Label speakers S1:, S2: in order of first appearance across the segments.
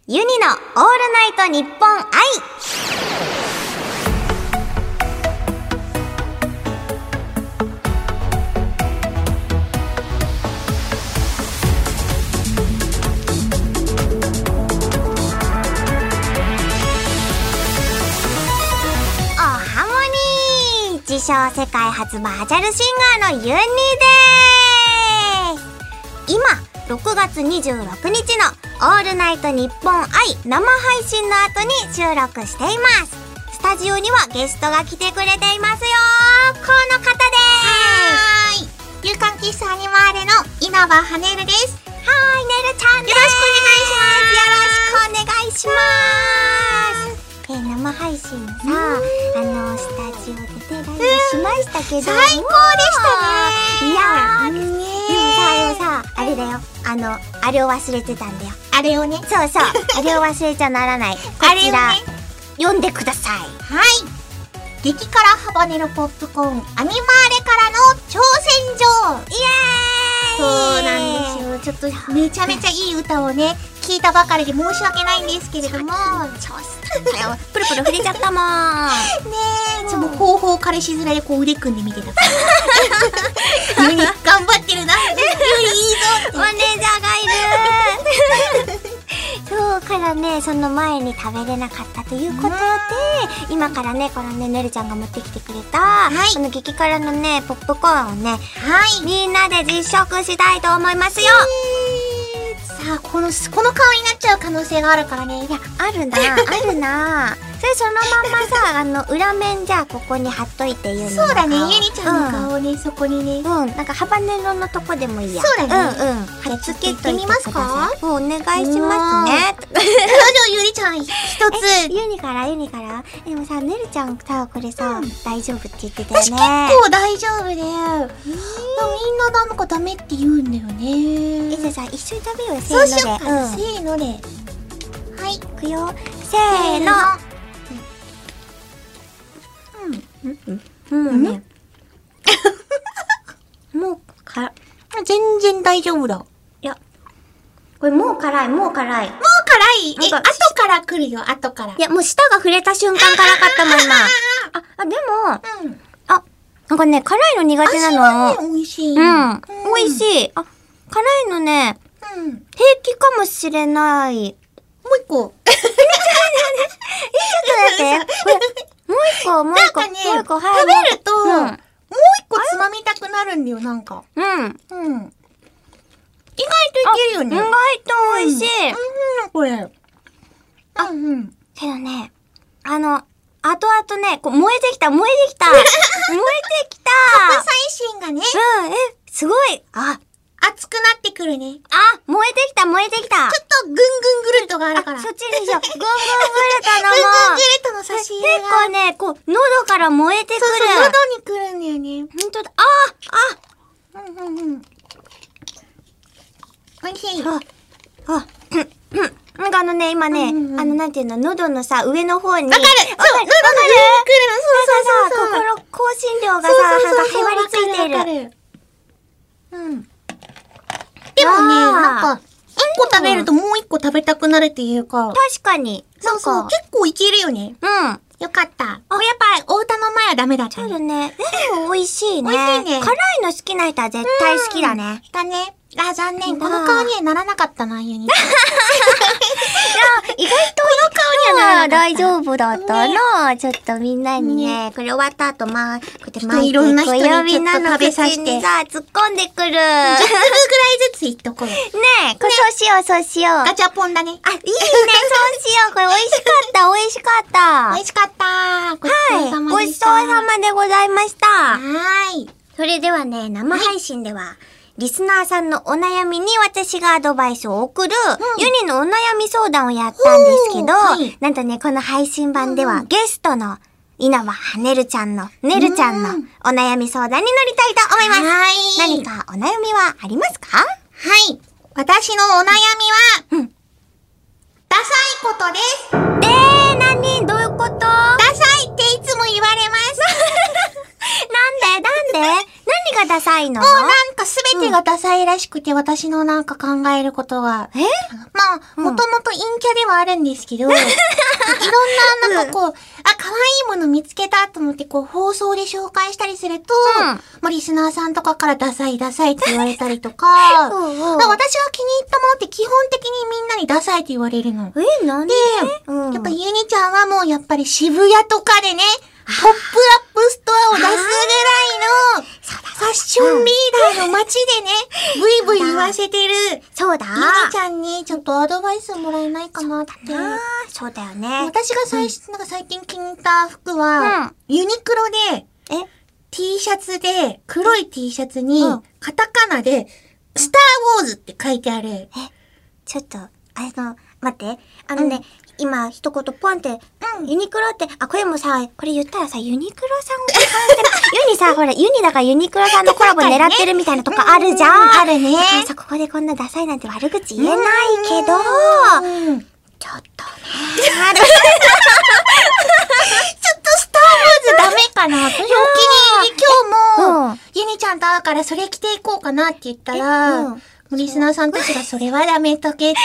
S1: ユニのオールナイトニッポン愛。おハモニー、自称世界初バーチャルシンガーのユニでーす。今6月26日のオールナイトニッポン愛生配信の後に収録しています。スタジオにはゲストが来てくれていますよ。この方でーす。
S2: 夕刊喫茶アニマーレの稲葉はねるです。
S1: はーい、ねるちゃんです。
S2: よろしくお願いします。
S1: よろしくお願いします。生配信のさ、スタジオでライブしましたけど、
S2: 最高でしたね。
S1: いやー、でもさ、あれだよ。あれを忘れてたんだよ。
S2: あれをね。
S1: そうそう。あれを忘れちゃならない。こちら、読んでください。
S2: はい。激辛ハバネロポップコーンアニマーレからの挑戦状。
S1: イエーイ。
S2: そうなんですよ。ちょっとめちゃめちゃいい歌をね、聞いたばかりで申し訳ないんですけれども、
S1: プルプル触れちゃったもん。
S2: ねえ、もう方法彼氏面でこう腕組んで見てたから。ユニ頑張ってるな。ユニいいぞって。
S1: マネージャーがいる。そうからね、その前に食べれなかったということで、今からね、このね、ねるちゃんが持ってきてくれた、この激辛のね、ポップコーンをね、みんなで実食したいと思いますよ。
S2: さあ、この顔になっちゃう可能性があるからね。
S1: いや、あるな。それそのまんまさ、裏面じゃあここに貼っといてユニの顔。
S2: そうだね、ユニちゃんの顔ね、そこにね。
S1: なんかハバネロのとこでもいいや。
S2: そうだね。
S1: 貼っつけといてください。
S2: ますか？
S1: お願いしますね。
S2: じゃあ、ユニちゃん、一つ。
S1: ユニからでもさ、ねるちゃんさ、これさ、大丈夫って言ってたよね。
S2: 私結構大丈夫で。みんななんかダメって言うんだよね。
S1: じゃあさ、一緒に食べようよ、せ
S2: そうしようか。
S1: ーので。
S2: せーので。はい。
S1: いくよ。せーの。もうね。もう
S2: 全然大丈夫だ。
S1: いや、これもう辛い。
S2: もう辛い。後から来るよ、後から。
S1: いや、もう舌が触れた瞬間辛かったもん、今。でも、なんかね、辛いの苦手なの。
S2: 味はね、美味しい。
S1: 美味しい。辛いのね、平気かもしれない。
S2: もう一個。
S1: ちょっと待って。もう一個。
S2: なんかね、食べると、もう一個つまみたくなるんだよ、なんか。意外といけるよね。
S1: 意外と美味しい。
S2: これ。
S1: けどね、後々ね、燃えてきた。燃えてきた。
S2: カプサイシンがね。
S1: すごい。
S2: 熱くなってくるね。
S1: 燃えてきた。
S2: ちょっとぐんぐんグルトがあるから。
S1: そっちにしよう。ぐんぐんグルトのも。
S2: ぐんぐんグルトの差し入れが。
S1: 結構ね、喉から燃えてくる。
S2: そう、喉にくるんだよね。
S1: ほんとだ。
S2: 美味しい。
S1: なんか今ね、なんていうの、喉のさ、上の方に。わかる。
S2: そう、喉にくるの。
S1: そう。香辛料がさ、なんかへばりついてる。
S2: でもね、なんか、一個食べるともう一個食べたくなるっていうか。
S1: 確かに。
S2: そう、結構いけるよね。よかった。やっぱりお歌の前はダメだったね。
S1: そうだね。でも美味しいね。
S2: 美味しいね。
S1: 辛いの好きな人は絶対好きだね。
S2: だね。残念。この顔にはならなかったな、ユニ。
S1: 意外とこの顔には大丈夫だったな。ちょっとみんなにね、これ終わった後、こうやって巻いて
S2: いろんな人にちょっと
S1: みんなの
S2: 食べさせて
S1: 口にさ、突っ込んでくる。
S2: 10粒ぐらいずついっとこう。
S1: ねえ、そうしよう。
S2: ガチャポンだね。
S1: いいね、そうしよう。これ美味しかった。
S2: 美味しかった。ごちそうさま
S1: ごちそうさまでございました。
S2: はい。
S1: それではね、生配信では、リスナーさんのお悩みに私がアドバイスを送る、ユニのお悩み相談をやったんですけど、なんとね、この配信版ではゲストの稲葉はねるちゃんのお悩み相談に乗りたいと思います。何かお悩みはありますか？
S2: はい。私のお悩みは、ダサいことです。
S1: どういうこと？
S2: ダサいっていつも言われます。
S1: なんで何がダサいの？
S2: もうなんかすべててがダサいらしくて、私のなんか考えることが。まあ、もともと陰キャではあるんですけど、いろんな、なんかこう、可愛いもの見つけたと思って、こう、放送で紹介したりすると、リスナーさんとかからダサいダサいって言われたりとか、私が気に入ったものって基本的にみんなにダサいって言われるの。
S1: なんで？
S2: やっぱゆにちゃんはもうやっぱり渋谷とかでね、ポップアップストアを出すぐらいの、ファッションリーダーの街でね、ブイブイ言わせてる。
S1: そうだ。
S2: ゆにちゃんにちょっとアドバイスもらえないかなって。
S1: そうだよね。
S2: 私がなんか最近気に入った服は、ユニクロで、T シャツで、黒い T シャツに、カタカナで、スターウォーズって書いてある。
S1: ちょっと、待って。今、一言ポンって、ユニクロって、これもさ、これ言ったらさ、ユニクロさんを批判してる。ユニさ、ほら、ユニだからユニクロさんのコラボ狙ってるみたいなとこあるじゃん。
S2: あるね。
S1: だからさ、ここでこんなダサいなんて悪口言えないけど、ちょっとね。
S2: ちょっとスターウォーズダメかな。私お気に入り今日も、ユニちゃんと会うからそれ着ていこうかなって言ったら、リスナーさんたちがそれはダメとけって。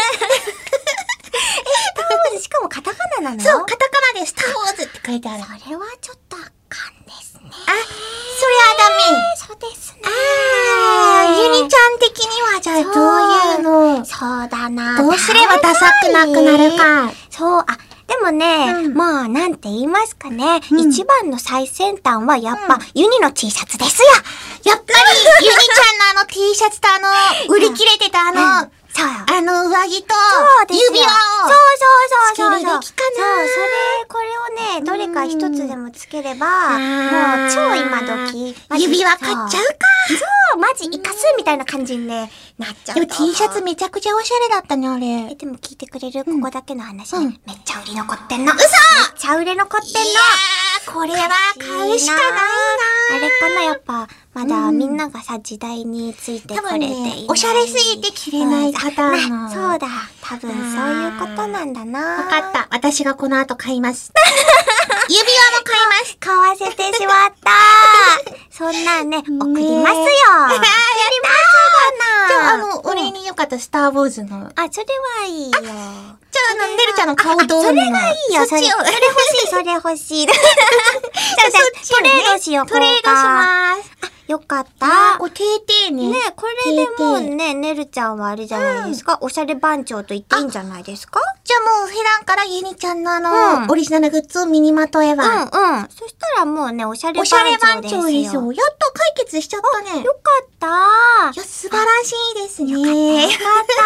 S1: しかもカタカナなの？
S2: そう、カタカナでスターウォーズって書いてある。
S1: それはちょっとあかんですね。
S2: それはダメ。
S1: そうですね。
S2: ユニちゃん的にはじゃあどういうの？
S1: そうだな。
S2: どうすればダサくなくなるか。
S1: そう、でもね、まあ、なんて言いますかね。一番の最先端はやっぱ、ユニの T シャツですよ。
S2: やっぱり、ユニちゃんのT シャツと売り切れてた上着と、指輪を。
S1: そう。
S2: つけるべきかな。
S1: そう、これをね、どれか一つでもつければ、もう超今時。
S2: 指輪買っちゃうか。
S1: そう、マジイカスみたいな感じにね、なっちゃう。
S2: でも T シャツめちゃくちゃおしゃれだったね、あれ。
S1: でも聞いてくれるここだけの話ね。めっちゃ売り残ってんの。
S2: 嘘！
S1: めっちゃ売れ残ってんの。
S2: これは買うしかないな。
S1: あれかな、やっぱ、まだみんながさ、時代についてこれていない。
S2: おしゃれすぎて着れないパターンの。
S1: そうだ。多分そういうことなんだな。
S2: わかった。私がこの後買います。指輪も買います。
S1: 買わせてしまった。そんなんね、送りますよ。送ります
S2: じゃあ、お礼によかったスターウォーズの。
S1: それはいいよ。
S2: じゃあ、ねるちゃんの顔どう？
S1: それがいいよ。それ欲しい。じゃあ、トレードしよう。
S2: トレードします。
S1: よかった。
S2: これ、てーね。
S1: ね、これでもうね、ねるちゃんはあれじゃないですか。おしゃれ番長と言っていいんじゃないですか？
S2: じゃあもう、普段からユニちゃんのオリジナルグッズを身にまとえば。
S1: そしたらもうね、おしゃれ番長ですよ。
S2: やっと解決しちゃったね。
S1: よかった。
S2: いや、素晴らしいですね。よかった。ユニ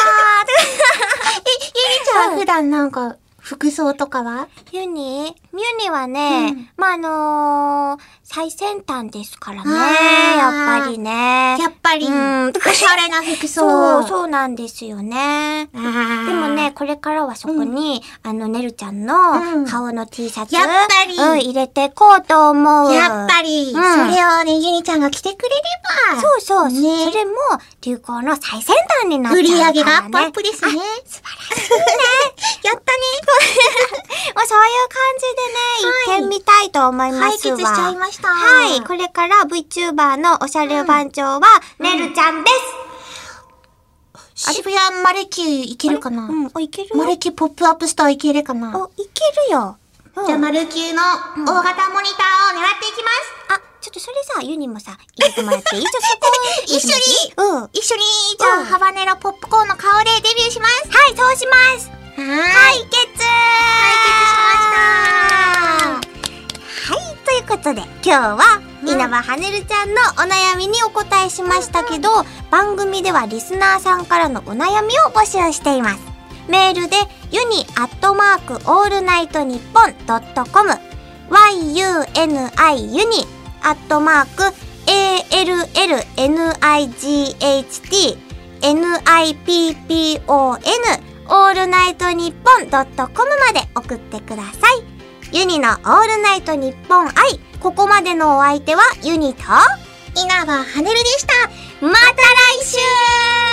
S2: ちゃんは普段なんか、服装とかは？
S1: ユニはね、最先端ですからね。やっぱりね。
S2: やっぱり、おしゃれな服装。
S1: そうなんですよね。でもね、これからはそこに、ねるちゃんの顔の T シャツ、
S2: やっぱり、
S1: 入れてこうと思う。
S2: やっぱり、それをね、ユニちゃんが着てくれれば。
S1: そう。それも、流行の最先端になっちゃうからね。
S2: 売り上げがアップですね。
S1: 素晴らしいね。
S2: やったね。
S1: もうそういう感じでね、行ってみたいと思いますわ。
S2: 解決しちゃいました。
S1: はい。これから VTuber のおしゃれ番長は、ねるちゃんです。
S2: 渋谷マレキューいけるかな？
S1: いけるよ。
S2: マレキューポップアップストアいけるかな？
S1: いけるよ。
S2: じゃあマルキューの大型モニターを狙っていきます。
S1: ちょっとそれさ、ユニもさ、入れてもらっていい？そこ
S2: 一緒に、じゃあハバネロポップコーンの顔でデビューします。
S1: はい、そうします。解決しました。はい、ということで、今日は、稲葉はねるちゃんのお悩みにお答えしましたけど、番組ではリスナーさんからのお悩みを募集しています。メールで、uni@allnightnippon.com yuni@allnight.nippon allnightnippon.com まで送ってください。ユニのオールナイトニッポン愛。ここまでのお相手はユニと
S2: 稲葉はねるでした。
S1: また来週。